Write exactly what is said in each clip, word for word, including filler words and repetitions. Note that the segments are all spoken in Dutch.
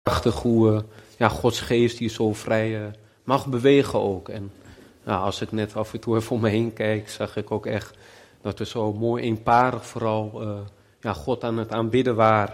Prachtig hoe uh, ja, Gods geest hier zo vrij uh, mag bewegen ook. En nou, als ik net af en toe even om me heen kijk, zag ik ook echt dat we zo mooi eenparig vooral uh, ja, God aan het aanbidden waren.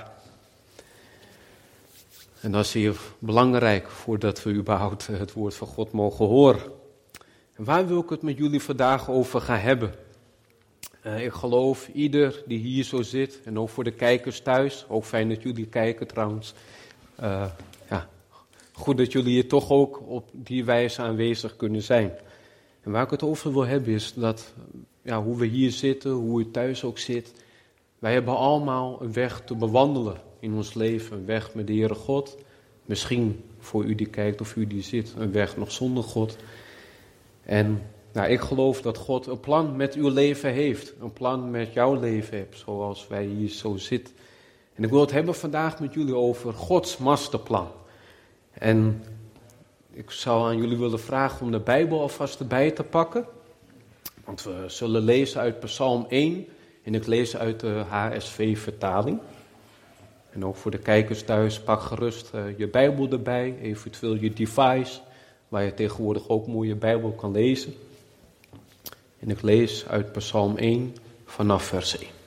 En dat is hier belangrijk voordat we überhaupt het woord van God mogen horen. En waar wil ik het met jullie vandaag over gaan hebben? Uh, ik geloof ieder die hier zo zit en ook voor de kijkers thuis, ook fijn dat jullie kijken trouwens. Uh, ja, goed dat jullie hier toch ook op die wijze aanwezig kunnen zijn. En waar ik het over wil hebben is dat, ja, hoe we hier zitten, hoe u thuis ook zit. Wij hebben allemaal een weg te bewandelen in ons leven, een weg met de Heere God. Misschien voor u die kijkt of u die zit, een weg nog zonder God. En nou, ik geloof dat God een plan met uw leven heeft, een plan met jouw leven heeft, zoals wij hier zo zitten. En ik wil het hebben vandaag met jullie over Gods masterplan. En ik zou aan jullie willen vragen om de Bijbel alvast erbij te pakken. Want we zullen lezen uit Psalm één en ik lees uit de H S V-vertaling. En ook voor de kijkers thuis, pak gerust uh, je Bijbel erbij, eventueel je device, waar je tegenwoordig ook mooi je Bijbel kan lezen. En ik lees uit Psalm één vanaf vers één.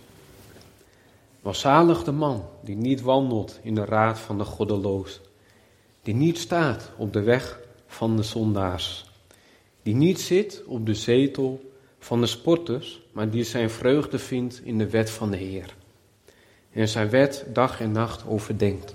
Welzalig de man die niet wandelt in de raad van de goddeloos, die niet staat op de weg van de zondaars, die niet zit op de zetel van de spotters, maar die zijn vreugde vindt in de wet van de Heer en zijn wet dag en nacht overdenkt.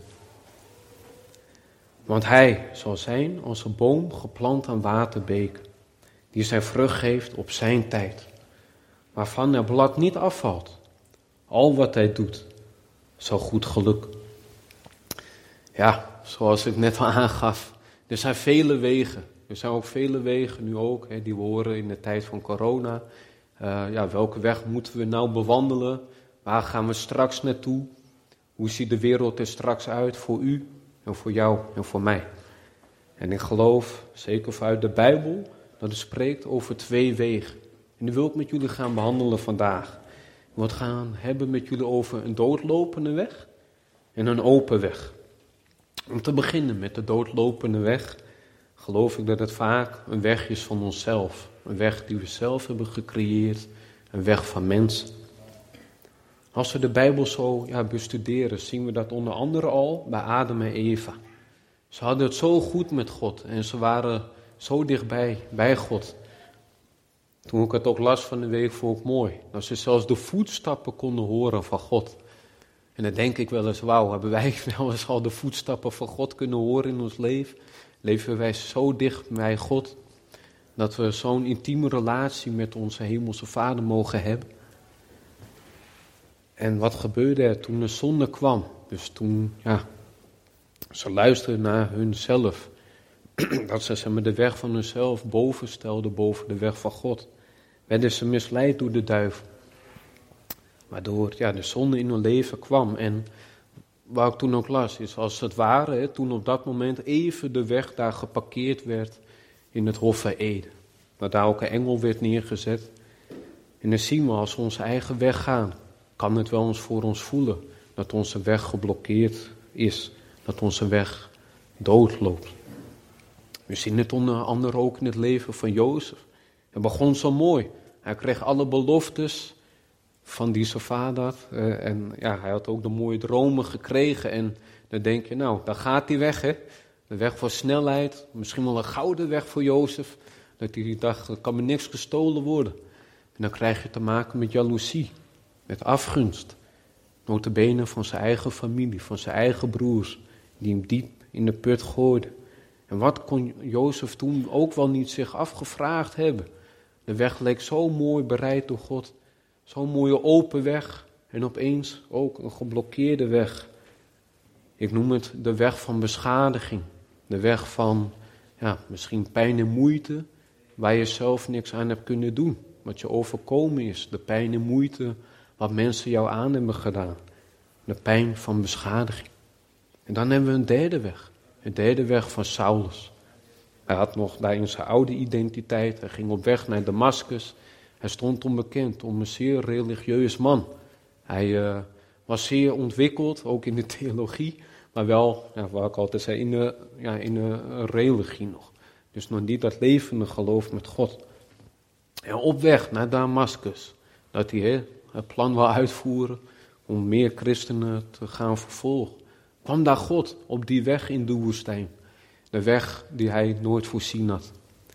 Want hij zal zijn als een boom geplant aan waterbeken, die zijn vrucht geeft op zijn tijd, waarvan het blad niet afvalt. Al wat hij doet, zal goed geluk. Ja, zoals ik net al aangaf, er zijn vele wegen. Er zijn ook vele wegen nu ook, hè, die we horen in de tijd van corona. Uh, ja, welke weg moeten we nou bewandelen? Waar gaan we straks naartoe? Hoe ziet de wereld er straks uit voor u en voor jou en voor mij? En ik geloof, zeker vanuit de Bijbel, dat het spreekt over twee wegen. En die wil ik met jullie gaan behandelen vandaag. Ik wil het gaan hebben met jullie over een doodlopende weg en een open weg. Om te beginnen met de doodlopende weg, geloof ik dat het vaak een weg is van onszelf. Een weg die we zelf hebben gecreëerd, een weg van mensen. Als we de Bijbel zo ja, bestuderen, zien we dat onder andere al bij Adam en Eva. Ze hadden het zo goed met God en ze waren zo dichtbij bij God. Toen ik het ook las van de week, vond ik mooi. Dat ze zelfs de voetstappen konden horen van God. En dan denk ik wel eens, wauw, hebben wij wel eens al de voetstappen van God kunnen horen in ons leven? Leven wij zo dicht bij God, dat we zo'n intieme relatie met onze hemelse Vader mogen hebben? En wat gebeurde er toen de zonde kwam? Dus toen, ja, ze luisterden naar hunzelf. Dat ze zeg maar, de weg van hunzelf boven stelden, boven de weg van God. Werden ze misleid door de duivel. Waardoor ja, de zonde in hun leven kwam. En wat ik toen ook las, is als het ware, hè, toen op dat moment even de weg daar geparkeerd werd in het Hof van Eden. Dat daar ook een engel werd neergezet. En dan zien we, als we onze eigen weg gaan, kan het wel eens voor ons voelen dat onze weg geblokkeerd is. Dat onze weg doodloopt. We zien het onder andere ook in het leven van Jozef. Het begon zo mooi. Hij kreeg alle beloftes van die zijn vader had. Uh, en ja, hij had ook de mooie dromen gekregen. En dan denk je, nou, dan gaat die weg, hè. De weg voor snelheid. Misschien wel een gouden weg voor Jozef. Dat hij dacht, er kan me niks gestolen worden. En dan krijg je te maken met jaloezie. Met afgunst. Nota bene van zijn eigen familie, van zijn eigen broers. Die hem diep in de put gooiden. En wat kon Jozef toen ook wel niet zich afgevraagd hebben? De weg leek zo mooi bereid door God. Zo'n mooie open weg. En opeens ook een geblokkeerde weg. Ik noem het de weg van beschadiging. De weg van ja, misschien pijn en moeite. Waar je zelf niks aan hebt kunnen doen. Wat je overkomen is. De pijn en moeite wat mensen jou aan hebben gedaan. De pijn van beschadiging. En dan hebben we een derde weg. De derde weg van Saulus. Hij had nog daarin zijn oude identiteit. Hij ging op weg naar Damascus. Hij stond onbekend om een zeer religieus man. Hij uh, was zeer ontwikkeld, ook in de theologie. Maar wel, ja, wat ik altijd zei, in de, ja, in de religie nog. Dus nog niet dat levende geloof met God. En op weg naar Damascus, dat hij hè, het plan wil uitvoeren om meer christenen te gaan vervolgen, kwam daar God op die weg in de woestijn. De weg die hij nooit voorzien had.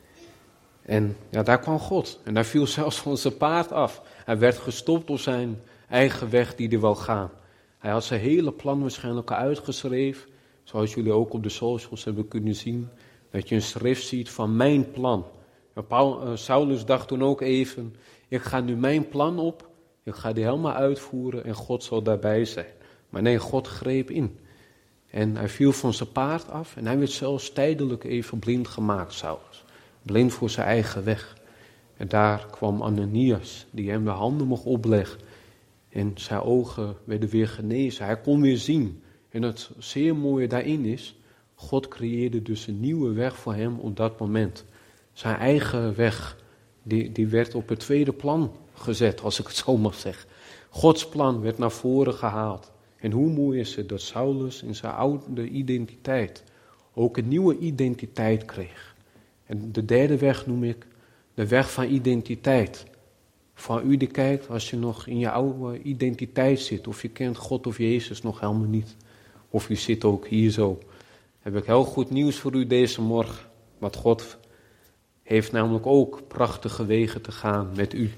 En ja, daar kwam God. En hij viel zelfs van zijn paard af. Hij werd gestopt door zijn eigen weg die hij wou gaan. Hij had zijn hele plan waarschijnlijk uitgeschreven. Zoals jullie ook op de socials hebben kunnen zien. Dat je een schrift ziet van mijn plan. En Paul, uh, Saulus dacht toen ook even, ik ga nu mijn plan op. Ik ga die helemaal uitvoeren en God zal daarbij zijn. Maar nee, God greep in. En hij viel van zijn paard af en hij werd zelfs tijdelijk even blind gemaakt, Saulus. Blind voor zijn eigen weg. En daar kwam Ananias, die hem de handen mocht opleggen. En zijn ogen werden weer genezen. Hij kon weer zien. En het zeer mooie daarin is, God creëerde dus een nieuwe weg voor hem op dat moment. Zijn eigen weg, die, die werd op het tweede plan gezet, als ik het zo mag zeggen. Gods plan werd naar voren gehaald. En hoe mooi is het dat Saulus in zijn oude identiteit ook een nieuwe identiteit kreeg. En de derde weg noem ik de weg van identiteit. Van u die kijkt, als je nog in je oude identiteit zit, of je kent God of Jezus nog helemaal niet. Of je zit ook hier zo. Heb ik heel goed nieuws voor u deze morgen. Want God heeft namelijk ook prachtige wegen te gaan met u.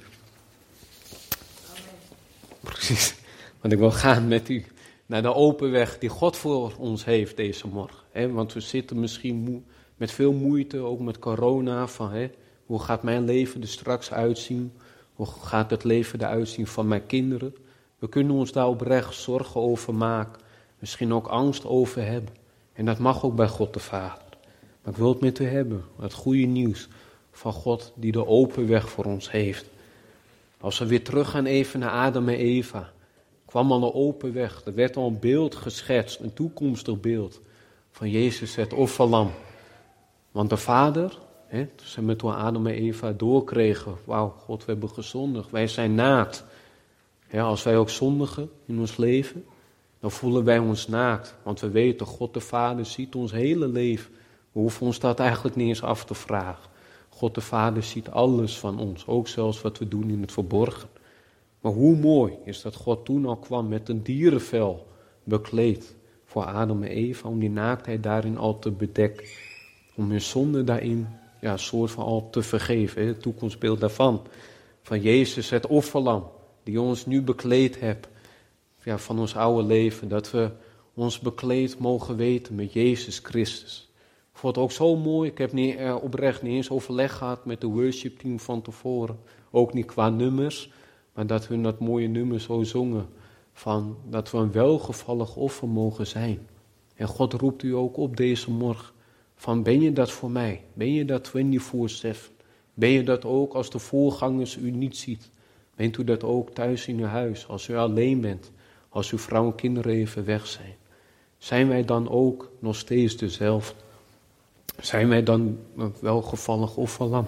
Amen. Precies, want ik wil gaan met u naar de open weg die God voor ons heeft deze morgen. He, want we zitten misschien moe, met veel moeite, ook met corona, van he, hoe gaat mijn leven er straks uitzien? Hoe gaat het leven eruit zien van mijn kinderen? We kunnen ons daar oprecht zorgen over maken. Misschien ook angst over hebben. En dat mag ook bij God de Vader. Maar ik wil het met u hebben. Het goede nieuws van God die de open weg voor ons heeft. Als we weer terug gaan even naar Adam en Eva. Kwam al een open weg. Er werd al een beeld geschetst. Een toekomstig beeld. Van Jezus het offerlam. Want de Vader, hè, toen we toen Adam en Eva doorkregen. Wauw, God, we hebben gezondigd. Wij zijn naakt. Ja, als wij ook zondigen in ons leven, dan voelen wij ons naakt. Want we weten, God de Vader ziet ons hele leven. We hoeven ons dat eigenlijk niet eens af te vragen. God de Vader ziet alles van ons. Ook zelfs wat we doen in het verborgen. Maar hoe mooi is dat God toen al kwam met een dierenvel bekleed voor Adam en Eva. Om die naaktheid daarin al te bedekken. Om hun zonde daarin, ja, een soort van al te vergeven. Hè, het toekomstbeeld daarvan. Van Jezus, het offerlam. Die ons nu bekleed hebt, ja, van ons oude leven. Dat we ons bekleed mogen weten met Jezus Christus. Ik vond het ook zo mooi. Ik heb niet, eh, oprecht niet eens overleg gehad met de worshipteam van tevoren. Ook niet qua nummers. Maar dat hun dat mooie nummer zo zongen. Van dat we een welgevallig offer mogen zijn. En God roept u ook op deze morgen. Van ben je dat voor mij? Ben je dat vierentwintig zeven? Ben je dat ook als de voorgangers u niet ziet? Bent u dat ook thuis in uw huis, als u alleen bent, als uw vrouw en kinderen even weg zijn? Zijn wij dan ook nog steeds dezelfde? Zijn wij dan een welgevallig offerlam?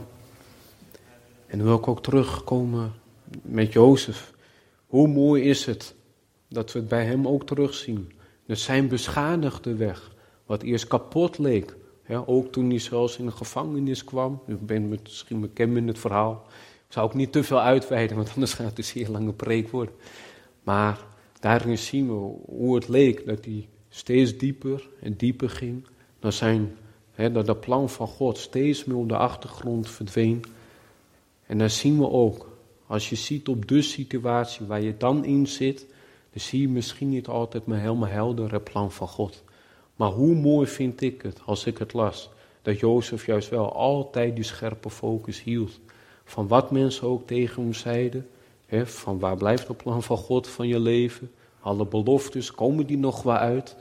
En dan wil ik ook terugkomen met Jozef. Hoe mooi is het dat we het bij hem ook terugzien. Dat zijn beschadigde weg, wat eerst kapot leek. Ja, ook toen hij zelfs in de gevangenis kwam. U bent misschien bekend met het verhaal. Ik zou ook niet te veel uitweiden, want anders gaat het een zeer lange preek worden. Maar daarin zien we hoe het leek dat hij steeds dieper en dieper ging. Dat, zijn, hè, dat de plan van God steeds meer op de achtergrond verdween. En dan zien we ook, als je ziet op de situatie waar je dan in zit, dan zie je misschien niet altijd maar helemaal helder het plan van God. Maar hoe mooi vind ik het, als ik het las, dat Jozef juist wel altijd die scherpe focus hield. Van wat mensen ook tegen hem zeiden. Hè, van waar blijft het plan van God van je leven? Alle beloftes, komen die nog wel uit?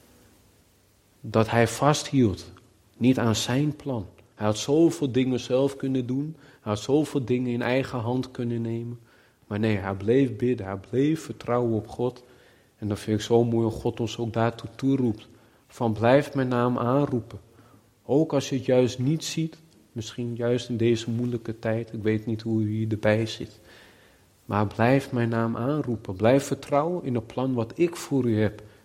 Dat hij vasthield. Niet aan zijn plan. Hij had zoveel dingen zelf kunnen doen. Hij had zoveel dingen in eigen hand kunnen nemen. Maar nee, hij bleef bidden. Hij bleef vertrouwen op God. En dat vind ik zo mooi hoe God ons ook daartoe toeroept. Van blijf mijn naam aanroepen. Ook als je het juist niet ziet. Misschien juist in deze moeilijke tijd. Ik weet niet hoe u hier erbij zit. Maar blijf mijn naam aanroepen. Blijf vertrouwen in het plan wat ik voor u heb.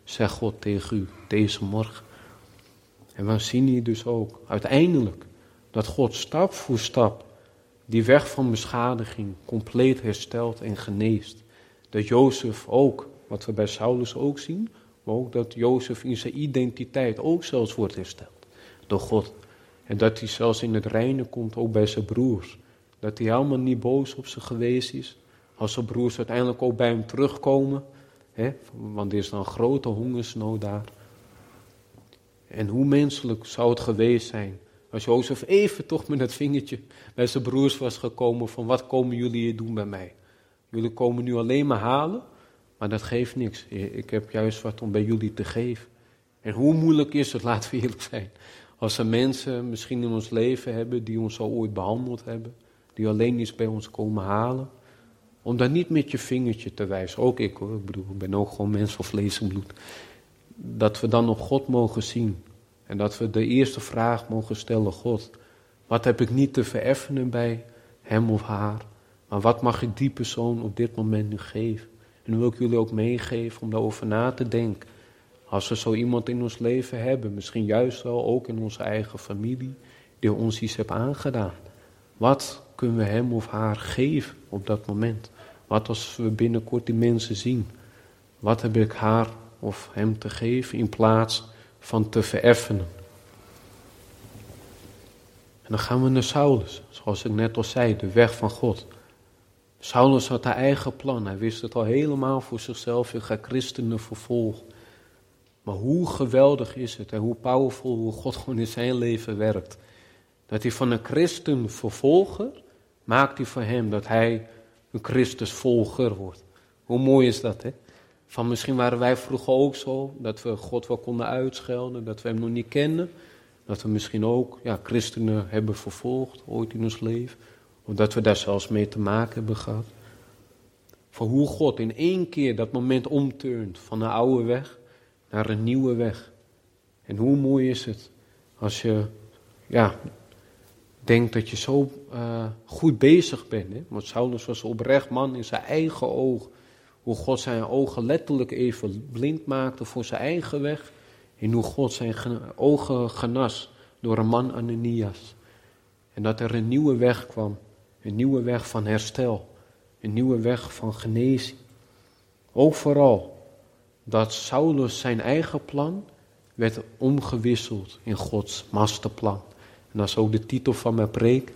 zegt God tegen u deze morgen. En we zien hier dus ook uiteindelijk dat God stap voor stap die weg van beschadiging compleet herstelt en geneest. Dat Jozef ook, wat we bij Saulus ook zien, maar ook dat Jozef in zijn identiteit ook zelfs wordt hersteld door God. En dat hij zelfs in het reine komt ook bij zijn broers. Dat hij helemaal niet boos op ze geweest is. Als zijn broers uiteindelijk ook bij hem terugkomen. Hè, want er is dan een grote hongersnood daar. En hoe menselijk zou het geweest zijn als Jozef even toch met het vingertje bij zijn broers was gekomen van wat komen jullie hier doen bij mij? Jullie komen nu alleen maar halen, maar dat geeft niks. Ik heb juist wat om bij jullie te geven. En hoe moeilijk is het, laten we eerlijk zijn, als er mensen misschien in ons leven hebben die ons al ooit behandeld hebben, die alleen iets bij ons komen halen, om daar niet met je vingertje te wijzen. Ook ik hoor, ik bedoel, ik ben ook gewoon mens van vlees en bloed. Dat we dan op God mogen zien. En dat we de eerste vraag mogen stellen, God, wat heb ik niet te vereffenen bij hem of haar? Maar wat mag ik die persoon op dit moment nu geven? En dan wil ik jullie ook meegeven om daarover na te denken. Als we zo iemand in ons leven hebben, misschien juist wel ook in onze eigen familie, die ons iets heeft aangedaan. Wat kunnen we hem of haar geven op dat moment? Wat als we binnenkort die mensen zien? Wat heb ik haar of hem te geven in plaats van te vereffenen? En dan gaan we naar Saulus, zoals ik net al zei, de weg van God. Saulus had haar eigen plan, hij wist het al helemaal voor zichzelf, ik ga christenen vervolgen. Maar hoe geweldig is het en hoe powerful, hoe God gewoon in zijn leven werkt. Dat hij van een christenvervolger, maakt hij voor hem dat hij een Christusvolger wordt. Hoe mooi is dat, hè? Van misschien waren wij vroeger ook zo, dat we God wel konden uitschelden, dat we hem nog niet kenden. Dat we misschien ook ja, christenen hebben vervolgd, ooit in ons leven. Of dat we daar zelfs mee te maken hebben gehad. Voor hoe God in één keer dat moment omturnt van een oude weg naar een nieuwe weg. En hoe mooi is het als je ja, denkt dat je zo uh, goed bezig bent. Hè? Want Saulus was een oprecht man in zijn eigen oog. Hoe God zijn ogen letterlijk even blind maakte voor zijn eigen weg. En hoe God zijn ogen genas door een man Ananias. En dat er een nieuwe weg kwam. Een nieuwe weg van herstel. Een nieuwe weg van genezing. Ook vooral dat Saulus zijn eigen plan werd omgewisseld in Gods masterplan. En dat is ook de titel van mijn preek.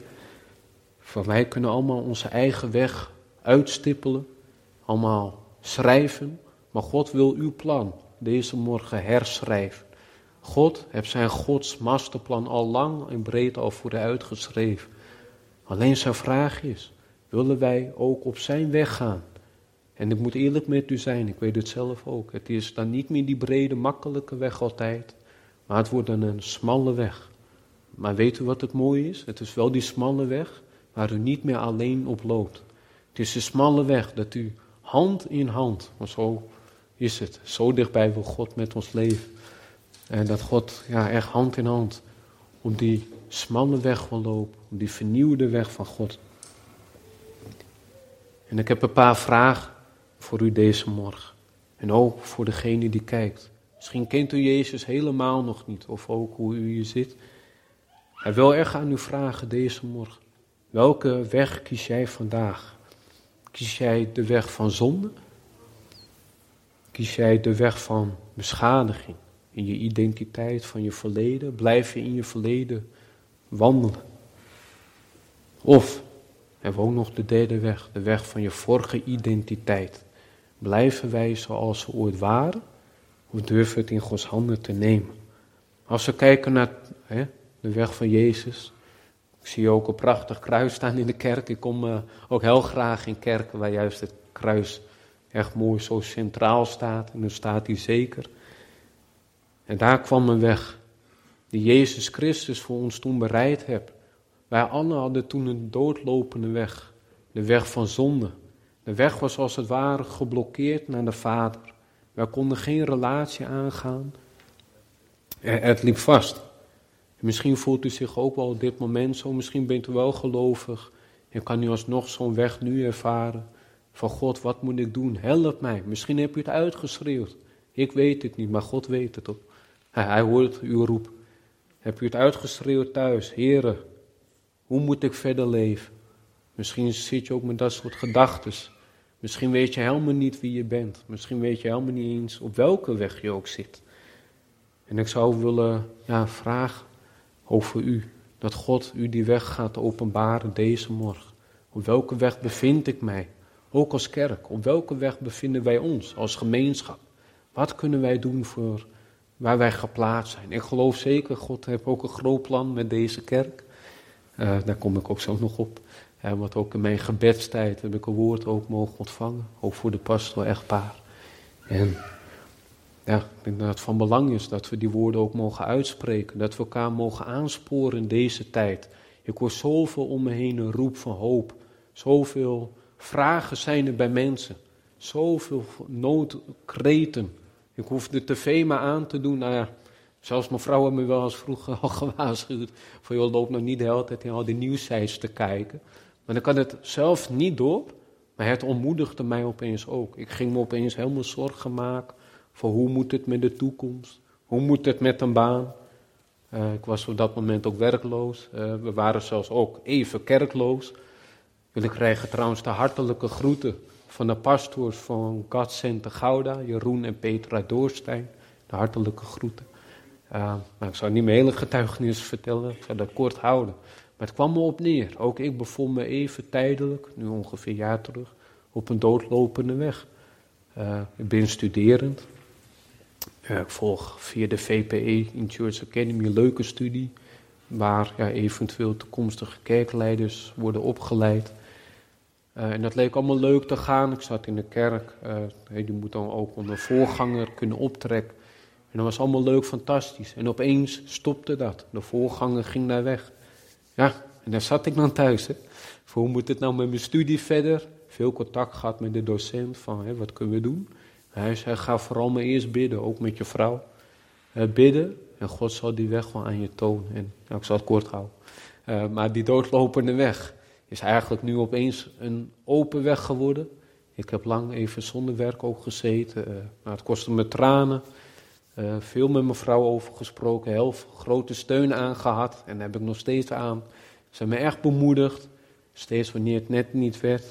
Van wij kunnen allemaal onze eigen weg uitstippelen. Allemaal schrijven. Maar God wil uw plan deze morgen herschrijven. God heeft zijn Gods masterplan al lang en breed al voor u uitgeschreven. Alleen zijn vraag is, willen wij ook op zijn weg gaan? En ik moet eerlijk met u zijn, ik weet het zelf ook. Het is dan niet meer die brede, makkelijke weg altijd. Maar het wordt dan een smalle weg. Maar weet u wat het mooie is? Het is wel die smalle weg waar u niet meer alleen op loopt. Het is een smalle weg dat u hand in hand, want zo is het. Zo dichtbij wil God met ons leven. En dat God ja, echt hand in hand op die smalle weg wil lopen. Op die vernieuwde weg van God. En ik heb een paar vragen voor u deze morgen. En ook voor degene die kijkt. Misschien kent u Jezus helemaal nog niet. Of ook hoe u hier zit. Hij wil echt aan u vragen deze morgen. Welke weg kies jij vandaag? Kies jij de weg van zonde? Kies jij de weg van beschadiging? In je identiteit van je verleden? Blijf je in je verleden wandelen? Of hebben we ook nog de derde weg, de weg van je vorige identiteit. Blijven wij zoals we ooit waren? Of durven we het in Gods handen te nemen? Als we kijken naar hè, de weg van Jezus. Ik zie ook een prachtig kruis staan in de kerk. Ik kom uh, ook heel graag in kerken waar juist het kruis echt mooi zo centraal staat. En dan staat hij zeker. En daar kwam een weg die Jezus Christus voor ons toen bereid heeft. Wij allen hadden toen een doodlopende weg. De weg van zonde. De weg was als het ware geblokkeerd naar de Vader. Wij konden geen relatie aangaan. Het liep vast. En misschien voelt u zich ook wel op dit moment zo. Misschien bent u wel gelovig. En kan u alsnog zo'n weg nu ervaren. Van God, wat moet ik doen? Help mij. Misschien heb u het uitgeschreeuwd. Ik weet het niet, maar God weet het ook. Hij, hij hoort uw roep. Heb u het uitgeschreeuwd thuis? Heere, hoe moet ik verder leven? Misschien zit je ook met dat soort gedachten. Misschien weet je helemaal niet wie je bent. Misschien weet je helemaal niet eens op welke weg je ook zit. En ik zou willen ja, vragen over u. Dat God u die weg gaat openbaren deze morgen. Op welke weg bevind ik mij? Ook als kerk. Op welke weg bevinden wij ons als gemeenschap? Wat kunnen wij doen voor waar wij geplaatst zijn? Ik geloof zeker, God heeft ook een groot plan met deze kerk. Uh, daar kom ik ook zo nog op. Uh, want ook in mijn gebedstijd heb ik een woord ook mogen ontvangen. Ook voor de pastoor echtpaar. En ja, ik denk dat het van belang is dat we die woorden ook mogen uitspreken. Dat we elkaar mogen aansporen in deze tijd. Ik hoor zoveel om me heen een roep van hoop. Zoveel vragen zijn er bij mensen. Zoveel noodkreten. Ik hoef de tv maar aan te doen. Nou ja, zelfs mijn vrouw heeft me wel eens vroeger al gewaarschuwd. Van joh, loop nou niet de hele tijd in al die nieuwsites te kijken. Maar dan kan het zelf niet door. Maar het ontmoedigde mij opeens ook. Ik ging me opeens helemaal zorgen maken. Voor hoe moet het met de toekomst? Hoe moet het met een baan? Uh, ik was op dat moment ook werkloos. Uh, we waren zelfs ook even kerkloos. Jullie krijgen trouwens de hartelijke groeten van de pastoors van God Center Gouda, Jeroen en Petra Doorstein. De hartelijke groeten. Uh, maar ik zou niet mijn hele getuigenis vertellen, ik zou dat kort houden. Maar het kwam me op neer. Ook ik bevond me even tijdelijk, nu ongeveer een jaar terug, op een doodlopende weg. Uh, ik ben studerend. Uh, ik volg via de V P E in Church Academy een leuke studie, waar ja, eventueel toekomstige kerkleiders worden opgeleid. Uh, en dat leek allemaal leuk te gaan. Ik zat in de kerk. Uh, die moet dan ook onder voorganger kunnen optrekken. En dat was allemaal leuk, fantastisch. En opeens stopte dat. De voorganger ging daar weg. Ja, en daar zat ik dan thuis. Hè. Voor hoe moet het nou met mijn studie verder? Veel contact gehad met de docent. Van, hè, wat kunnen we doen? Hij zei, ga vooral maar eerst bidden. Ook met je vrouw. Uh, bidden. En God zal die weg wel aan je tonen. En nou, ik zal het kort houden. Uh, maar die doodlopende weg is eigenlijk nu opeens een open weg geworden. Ik heb lang even zonder werk ook gezeten. Uh, nou, het kostte me tranen. Uh, veel met mijn vrouw over gesproken. Heel grote steun aangehad. En daar heb ik nog steeds aan. Ze hebben me echt bemoedigd. Steeds wanneer het net niet werd.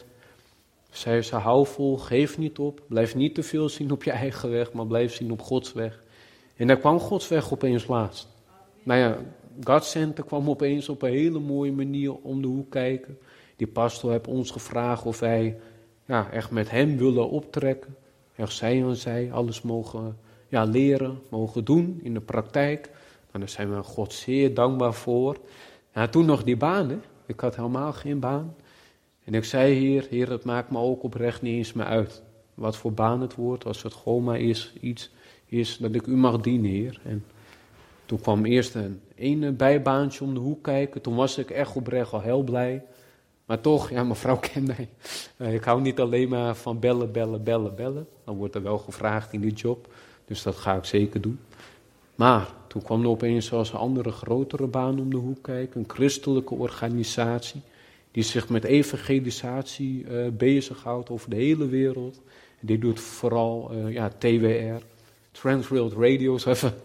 Zei ze, hou vol, geef niet op. Blijf niet te veel zien op je eigen weg, maar blijf zien op Gods weg. En daar kwam Gods weg opeens laatst. Nou ja, God Center kwam opeens op een hele mooie manier om de hoek kijken. Die pastor heeft ons gevraagd of wij ja, echt met hem willen optrekken. Echt zij en zij alles mogen ja, leren, mogen doen in de praktijk. Nou, daar zijn we God zeer dankbaar voor. Ja, toen nog die baan, hè. Ik had helemaal geen baan. En ik zei hier, Heer, het maakt me ook oprecht niet eens meer uit. Wat voor baan het wordt, als het gewoon maar is, iets is dat ik u mag dienen, Heer. En toen kwam eerst een ene bijbaantje om de hoek kijken. Toen was ik echt oprecht al heel blij. Maar toch, ja, mijn vrouw kent mij. Uh, ik hou niet alleen maar van bellen, bellen, bellen, bellen. Dan wordt er wel gevraagd in die job. Dus dat ga ik zeker doen. Maar toen kwam er opeens zoals een andere grotere baan om de hoek kijken. Een christelijke organisatie die zich met evangelisatie uh, bezighoudt over de hele wereld. En die doet vooral uh, ja, T W R, Transworld Radio, zo even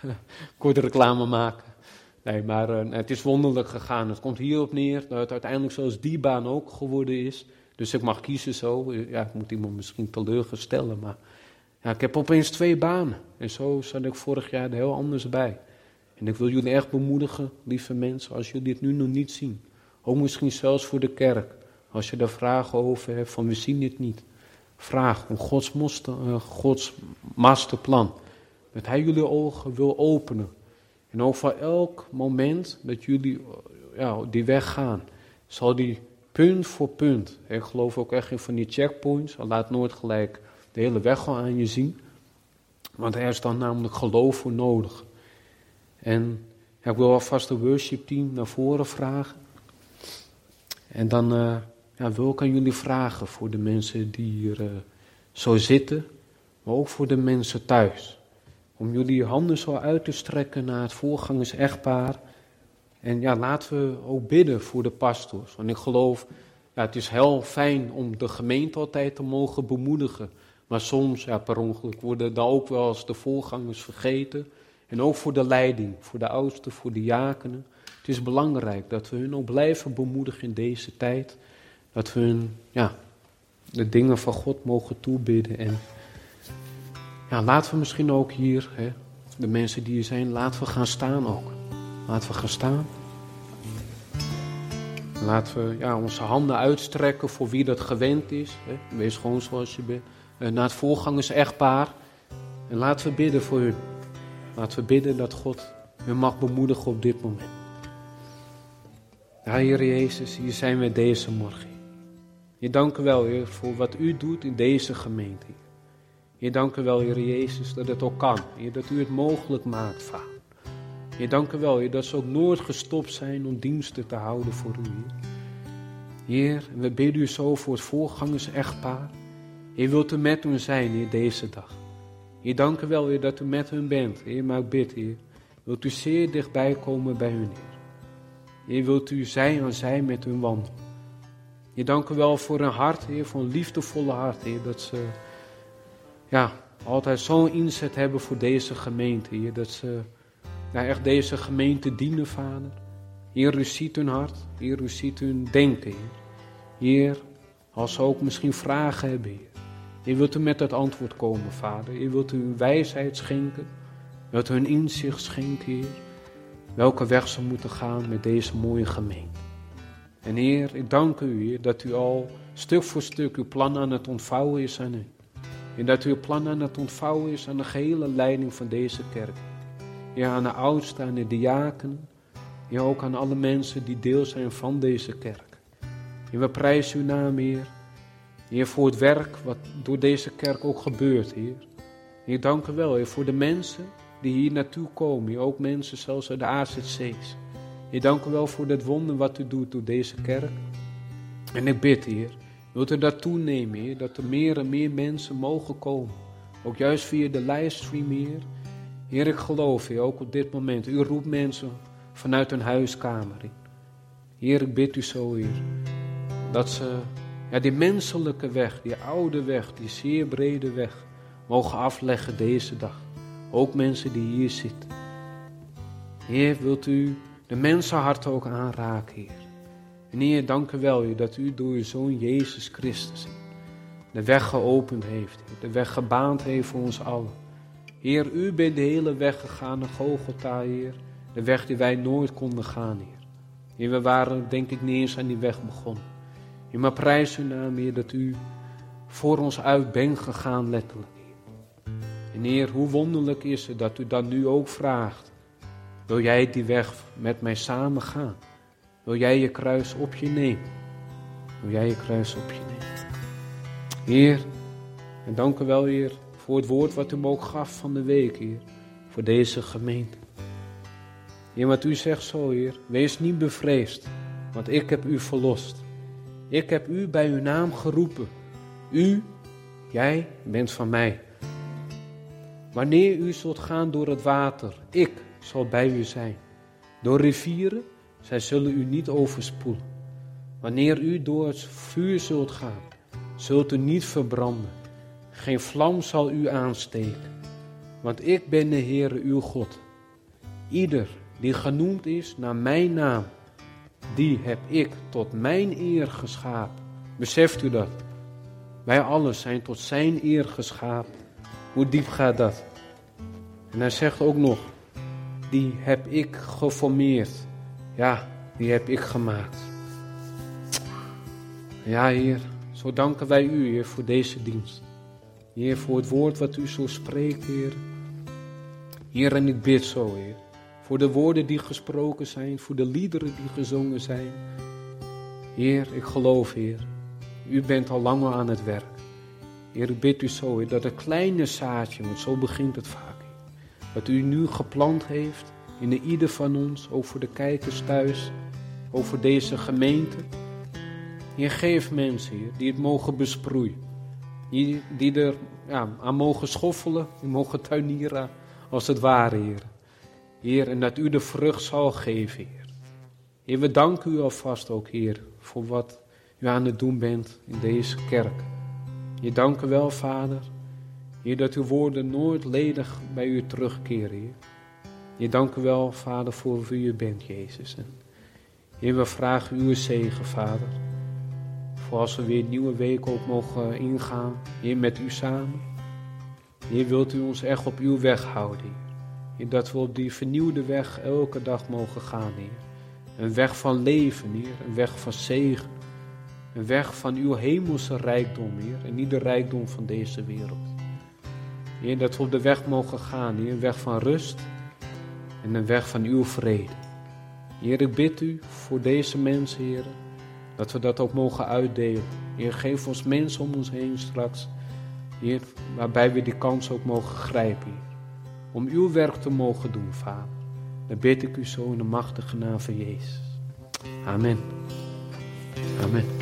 korte reclame maken. Nee, maar uh, het is wonderlijk gegaan. Het komt hierop neer dat het uiteindelijk zoals die baan ook geworden is. Dus ik mag kiezen zo. Ja, ik moet iemand misschien teleurstellen, maar ja, ik heb opeens twee banen. En zo zat ik vorig jaar er heel anders bij. En ik wil jullie echt bemoedigen, lieve mensen, als jullie dit nu nog niet zien. Ook misschien zelfs voor de kerk. Als je daar vragen over hebt, van we zien dit niet. Vraag om Gods, moster, uh, Gods masterplan. Dat hij jullie ogen wil openen. En ook voor elk moment dat jullie ja, die weg gaan, zal die punt voor punt. Ik geloof ook echt in van die checkpoints. Hij laat nooit gelijk de hele weg al aan je zien. Want er is dan namelijk geloof voor nodig. En ja, ik wil alvast de worship team naar voren vragen. En dan uh, ja, wil ik aan jullie vragen voor de mensen die hier uh, zo zitten, maar ook voor de mensen thuis. Om jullie handen zo uit te strekken naar het voorgangers-echtpaar. En ja, laten we ook bidden voor de pastors. Want ik geloof, ja, het is heel fijn om de gemeente altijd te mogen bemoedigen. Maar soms, ja, per ongeluk, worden dan ook wel eens de voorgangers vergeten. En ook voor de leiding, voor de oudsten, voor de diakenen. Het is belangrijk dat we hun ook blijven bemoedigen in deze tijd. Dat we hun, ja, de dingen van God mogen toebidden. En ja, laten we misschien ook hier, hè, de mensen die hier zijn, laten we gaan staan ook. Laten we gaan staan. Laten we ja, onze handen uitstrekken voor wie dat gewend is. Hè. Wees gewoon zoals je bent. Uh, naar het voorgangers-echtpaar. En laten we bidden voor hun. Laten we bidden dat God hun mag bemoedigen op dit moment. Ja, Heer Jezus, hier zijn we deze morgen. Heer, dank u wel, Heer, voor wat u doet in deze gemeente. Heer, Heer dank u wel, Heer Jezus, dat het ook kan. Heer, dat u het mogelijk maakt, Vader. Heer, dank u wel, Heer, dat ze ook nooit gestopt zijn om diensten te houden voor u, Heer. Heer, we bidden u zo voor het voorgangers-echtpaar. Heer, wilt u met hun zijn, Heer, deze dag. Heer, dank u wel, Heer, dat u met hun bent. Heer, maar ik bid, Heer, wilt u zeer dichtbij komen bij hun, Heer. Heer, wilt u zij aan zij met hun wandelen. Heer, dank u wel voor een hart, Heer, voor een liefdevolle hart, Heer, dat ze, ja, altijd zo'n inzet hebben voor deze gemeente, Heer, dat ze, ja, echt deze gemeente dienen, Vader. Heer, u ziet hun hart, Heer, u ziet hun denken, Heer. Heer, als ze ook misschien vragen hebben, Heer. Heer, wilt u met dat antwoord komen, Vader. Heer, wilt u hun wijsheid schenken, wilt u hun inzicht schenken, Heer. Welke weg ze moeten gaan met deze mooie gemeente. En Heer, ik dank u, Heer, dat u al stuk voor stuk uw plan aan het ontvouwen is aan u. En dat uw plan aan het ontvouwen is aan de gehele leiding van deze kerk. Heer, aan de oudsten, aan de diaken. Heer, ook aan alle mensen die deel zijn van deze kerk. Heer, we prijzen uw naam, Heer. Heer, voor het werk wat door deze kerk ook gebeurt, Heer. Heer, dank u wel, Heer, voor de mensen die hier naartoe komen. Heer, ook mensen zelfs uit de A Z C's. Heer, dank u wel voor dat wonder wat u doet door deze kerk. En ik bid, Heer, wilt u dat toenemen, Heer, dat er meer en meer mensen mogen komen. Ook juist via de livestream, Heer. Heer, ik geloof, Heer, ook op dit moment. U roept mensen vanuit hun huiskamer, Heer. Heer, ik bid u zo, Heer, dat ze ja, die menselijke weg, die oude weg, die zeer brede weg, mogen afleggen deze dag. Ook mensen die hier zitten. Heer, wilt u de mensenhart ook aanraken, Heer. En Heer, dank u wel, Heer, dat u door uw Zoon Jezus Christus de weg geopend heeft, Heer, de weg gebaand heeft voor ons allen. Heer, u bent de hele weg gegaan naar Golgotha, Heer. De weg die wij nooit konden gaan, Heer. Heer, we waren denk ik niet eens aan die weg begonnen. Heer, maar prijs uw naam, Heer, dat u voor ons uit bent gegaan, letterlijk, Heer. En Heer, hoe wonderlijk is het dat u dat nu ook vraagt. Wil jij die weg met mij samen gaan? Wil jij je kruis op je nemen? Wil jij je kruis op je nemen? Heer, en dank u wel, Heer, voor het woord wat u me ook gaf van de week, Heer. Voor deze gemeente. Heer, wat u zegt zo, Heer, wees niet bevreesd, want ik heb u verlost. Ik heb u bij uw naam geroepen. U, jij bent van mij. Wanneer u zult gaan door het water, ik zal bij u zijn. Door rivieren, zij zullen u niet overspoelen. Wanneer u door het vuur zult gaan, zult u niet verbranden. Geen vlam zal u aansteken. Want ik ben de Heere uw God. Ieder die genoemd is naar mijn naam, die heb ik tot mijn eer geschapen. Beseft u dat? Wij allen zijn tot zijn eer geschapen. Hoe diep gaat dat? En hij zegt ook nog, die heb ik geformeerd. Ja, die heb ik gemaakt. Ja, Heer, zo danken wij u, Heer, voor deze dienst. Heer, voor het woord wat u zo spreekt, Heer. Heer, en ik bid zo, Heer. Voor de woorden die gesproken zijn, voor de liederen die gezongen zijn. Heer, ik geloof, Heer, u bent al langer aan het werk. Heer, ik bid u zo, Heer, dat een kleine zaadje, want zo begint het vaak, Heer, wat u nu geplant heeft in ieder van ons, ook voor de kijkers thuis, ook voor deze gemeente. Heer, geef mensen, Heer, die het mogen besproeien. Die, die er ja, aan mogen schoffelen, die mogen tuinieren, als het ware, Heer. Heer, en dat u de vrucht zal geven, Heer. Heer, we danken u alvast ook, Heer, voor wat u aan het doen bent in deze kerk. Je dank u wel, Vader, Heer, dat uw woorden nooit ledig bij u terugkeren, Heer. Heer, dank u wel, Vader, voor wie u bent, Jezus. En Heer, we vragen uw zegen, Vader. Voor als we weer een nieuwe week ook mogen ingaan, Heer, met u samen. Heer, wilt u ons echt op uw weg houden, Heer. Heer, dat we op die vernieuwde weg elke dag mogen gaan, Heer. Een weg van leven, Heer. Een weg van zegen. Een weg van uw hemelse rijkdom, Heer. En niet de rijkdom van deze wereld. Heer, dat we op de weg mogen gaan, Heer. Een weg van rust. En een weg van uw vrede. Heer, ik bid u voor deze mensen, Heer. Dat we dat ook mogen uitdelen. Heer, geef ons mensen om ons heen straks. Heer, waarbij we die kans ook mogen grijpen, Heer. Om uw werk te mogen doen, Vader. Dan bid ik u zo in de machtige naam van Jezus. Amen. Amen.